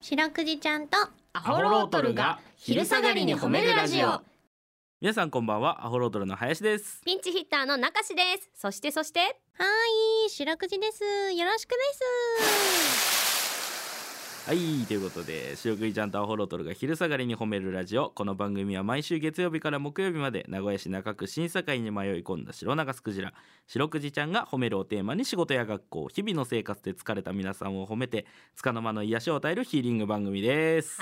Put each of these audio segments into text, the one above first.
白くじちゃんとアホロートルが昼下がりに褒めるラジオ。 皆さんこんばんは。アホロートルの林です。 ピンチヒッターの中志です。そしてはーい、白くじです。よろしくです。 はい、ということで白くじちゃんとアホロートルが昼下がりに褒めるラジオ。この番組は毎週月曜日から木曜日まで名古屋市中区審査会に迷い込んだ白長スクジラ白くじちゃんが褒めるをテーマに仕事や学校日々の生活で疲れた皆さんを褒めて束の間の癒しを与えるヒーリング番組です。 はい、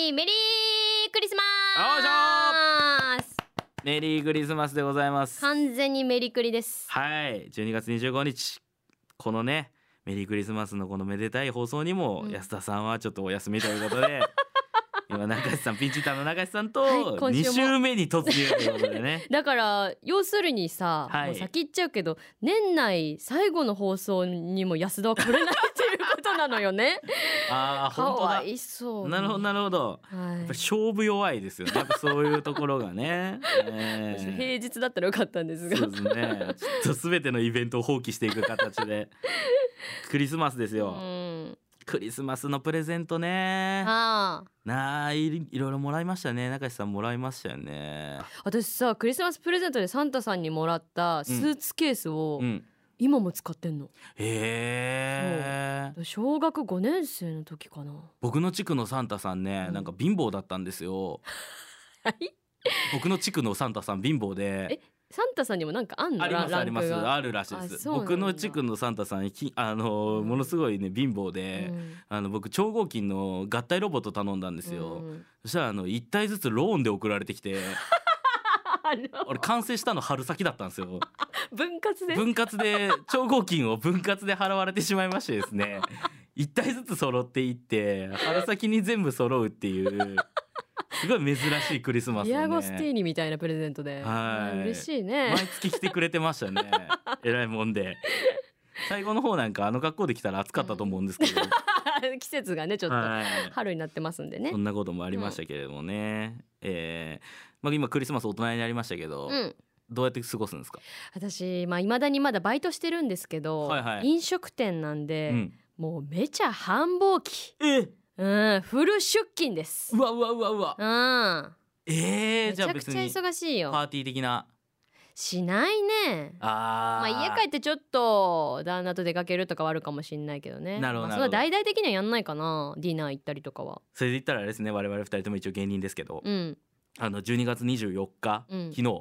メリークリスマス。 メリークリスマスでございます。 完全にメリクリです。 はい、12月25日このねメリークリスマスのこのめでたい放送にも、安田さんはちょっとお休みということで今中志さんピンチヒッターの中志さんと2週目に突入ということでねだから要するにさ、もう先言っちゃうけど年内最後の放送にも安田は来れないっていうことなのよねあー本当だ。 かわいそう。 なるほどなるほど、やっぱり勝負弱いですよね。やっぱそういうところがね、 平日だったらよかったんですが、 そうですね、ちょっと全てのイベントを放棄していく形でクリスマスですよ、クリスマスのプレゼントね。いろいろもらいましたね。中志さんもらいましたよね。 私さクリスマスプレゼントでサンタさんにもらったスーツケースを、今も使ってんの。 へー。 小学5年生の時かな。 僕の地区のサンタさんね、なんか貧乏だったんですよはい僕の地区のサンタさん貧乏で。 サンタさんにもなんかあんの？ ありますあります、あるらしいです。僕の地区のサンタさんものすごいね貧乏で、僕超合金の合体ロボット頼んだんですよ、そしたら1体ずつローンで送られてきて俺完成したの春先だったんですよ分割で超合金を分割で払われてしまいましてですね1体ずつ揃っていって春先に全部揃うっていうすごい珍しいクリスマス、ね、 ディアゴスティーニみたいなプレゼントで、嬉しいね。 毎月来てくれてましたねえらいもんで。最後の方なんか格好で来たら暑かったと思うんですけど、 季節がねちょっと春になってますんでね、 そんなこともありましたけれどもね、今クリスマス大人になりましたけど、どうやって過ごすんですか？ 私未だにまだバイトしてるんですけど、飲食店なんで、もうめちゃ繁忙期。フル出勤です。 うわ、 じゃあめちゃくちゃ忙しいよ。 パーティー的なしないね。家帰ってちょっと旦那と出かけるとかはあるかもしれないけどね。 なるほど、 その大々的にはやんないかな。ディナー行ったりとかは。 それで言ったらあれですね、我々2人とも一応芸人ですけど、12月24日、昨日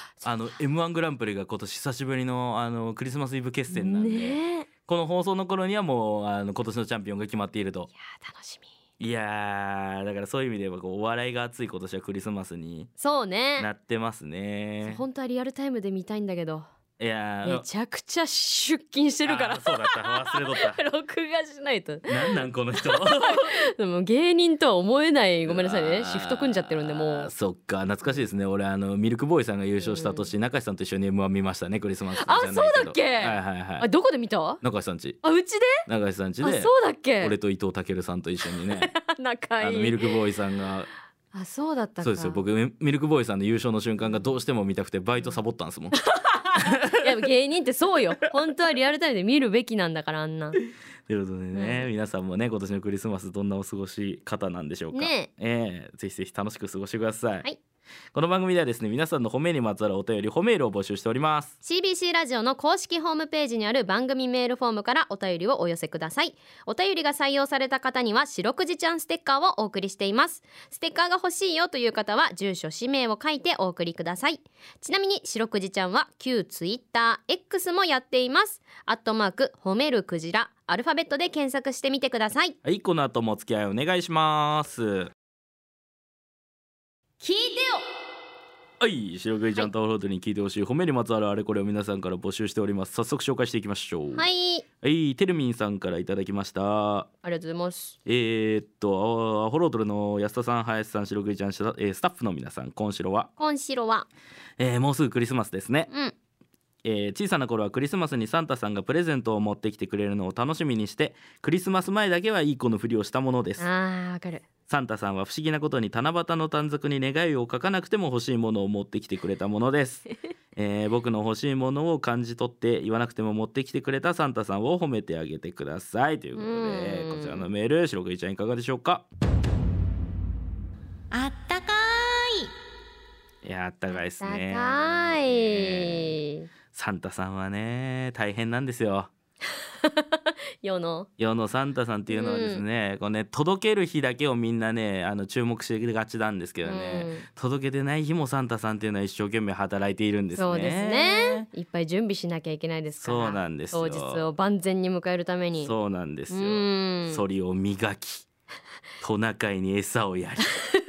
M1 グランプリが今年久しぶりのクリスマスイブ決戦なんで、この放送の頃にはもう今年のチャンピオンが決まっていると。 いや楽しみ。 いだからそういう意味ではお笑いが熱い今年はクリスマスになってますね。 本当はリアルタイムで見たいんだけど、 めちゃくちゃ出勤してるから。 そうだった忘れとった録画しないと。 なんこの人でも芸人とは思えない。ごめんなさいね、シフト組んじゃってるんで。もうそっか、懐かしいですね。俺ミルクボーイさんが優勝した年、中志さんと一緒に M1 見ましたね、クリスマスじゃないけど。 そうだっけ？どこで見た？ 中志さんち。 うちで？ 中志さんちで。 そうだっけ？ 俺と伊藤健さんと一緒にね仲いい。 ミルクボーイさんがそうだったか。 そうですよ。僕ミルクボーイさんの優勝の瞬間がどうしても見たくてバイトサボったんですもんいや芸人ってそうよ。本当はリアルタイムで見るべきなんだから、あんな。 ということでね、皆さんもね今年のクリスマスどんなお過ごし方なんでしょうかね。ぜひぜひ楽しく過ごしてください。この番組ではですね、皆さんの褒めにまつわるお便り褒めールを募集しております。 CBC ラジオの公式ホームページにある番組メールフォームからお便りをお寄せください。お便りが採用された方には白くじちゃんステッカーをお送りしています。ステッカーが欲しいよという方は住所氏名を書いてお送りください。ちなみに白くじちゃんは旧 TwitterX もやっています。褒めるクジラ、アルファベットで検索してみてください。 はい、この後もお付き合いお願いします。 聞いてよ。 はい、白くじちゃんとアホロートに聞いてほしい褒めにまつわるあれこれを皆さんから募集しております。早速紹介していきましょう。 はい、 テルミンさんからいただきました。 ありがとうございます。 アホロートルの安田さん、林さん、白くじちゃん、スタッフの皆さん、今週は、もうすぐクリスマスですね。小さな頃はクリスマスにサンタさんがプレゼントを持ってきてくれるのを楽しみにして、クリスマス前だけはいい子のふりをしたものです。 わかる。 サンタさんは不思議なことに七夕の短冊に願いを書かなくても欲しいものを持ってきてくれたものです僕の欲しいものを感じ取って言わなくても持ってきてくれたサンタさんを褒めてあげてくださいということで、こちらのメール、白くじちゃんいかがでしょうか。 あったかいや、あったかいですね。 高い、 サンタさんはね大変なんですよ。 世のサンタさんっていうのはですね、こうね届ける日だけをみんなね注目してがちなんですけどね、届けてない日もサンタさんっていうのは一生懸命働いているんですね。 そうですね、いっぱい準備しなきゃいけないですから。 そうなんですよ。 当日を万全に迎えるために。 そうなんですよ。ソリを磨きトナカイに餌をやり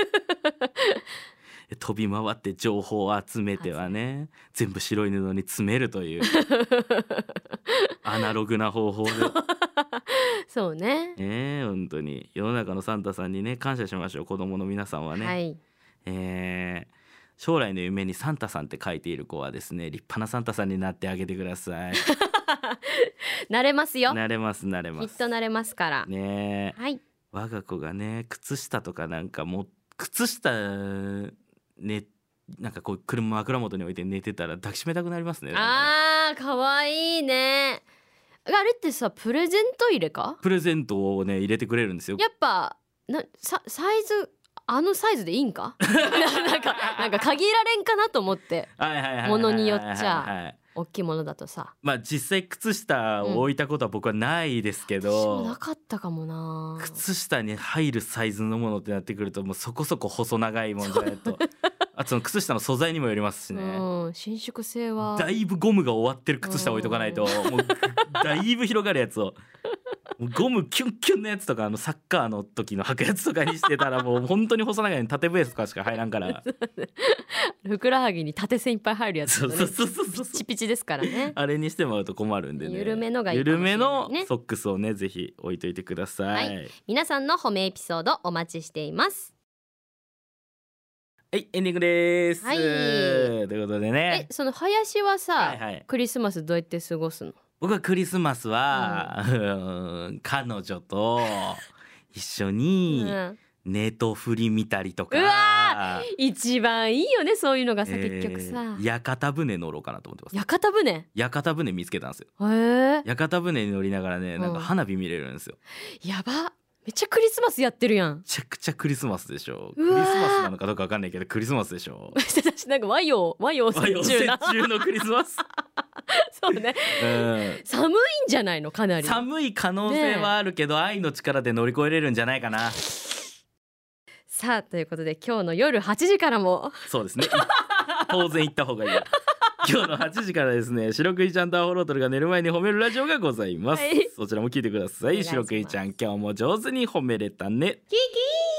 飛び回って情報を集めてはね全部白い布に詰めるというアナログな方法でそうね、 本当に世の中のサンタさんにね感謝しましょう。子供の皆さんはね、 はい、 将来の夢にサンタさんって書いている子はですね立派なサンタさんになってあげてください。 なれますよ。 なれますきっとなれますからね。 はい、 我が子がね靴下とかなんかも靴下ねなんかこう車枕元に置いて寝てたら抱きしめたくなりますね。 あーかわいいね。あれってさプレゼント入れか。 プレゼントをね入れてくれるんですよ。 やっぱサイズサイズでいいんかなんか限られんかなと思って。ものによっちゃ大きいものだとさ、 まあ実際靴下を置いたことは僕はないですけど、 私もなかったかもな。 靴下に入るサイズのものってなってくるともうそこそこ細長いもんじゃないとあとその靴下の素材にもよりますしね、 伸縮性はだいぶゴムが終わってる靴下置いとかないともうだいぶ広がるやつをゴムキュンキュンのやつとかサッカーの時の履くやつとかにしてたらもう本当に細長い縦ベースとかしか入らんからふくらはぎに縦線いっぱい入るやつだね。ピチピチですからね。 あれにしてもらうと困るんでね、 緩めのがいいかもしれないね。 緩めのソックスをねぜひ置いといてください、 はい、皆さんの褒めエピソードお待ちしています。 はい、エンディングです、 はい、 ということでね、 その林はさ、クリスマスどうやって過ごすの？ 僕はクリスマスは、彼女と一緒にネトフリ見たりとか、 うわ一番いいよねそういうのがさ、結局さ屋形船乗ろうかなと思ってます。 屋形船見つけたんですよ。屋形船に乗りながらねなんか花火見れるんですよ、 やばめっちゃクリスマスやってるやん。 めちゃくちゃクリスマスでしょ。クリスマスなのかどうかわかんないけどクリスマスでしょ。 私なんか和洋折衷のクリスマスそうね、寒いんじゃないの？かなり寒い可能性はあるけど、愛の力で乗り越えれるんじゃないかな。 さあということで今日の夜8時からもそうですね当然行った方がいい今日の8時からですね白クイちゃんとアホロートルが寝る前に褒めるラジオがございます、そちらも聞いてください。白クイちゃん今日も上手に褒めれたね。 キキー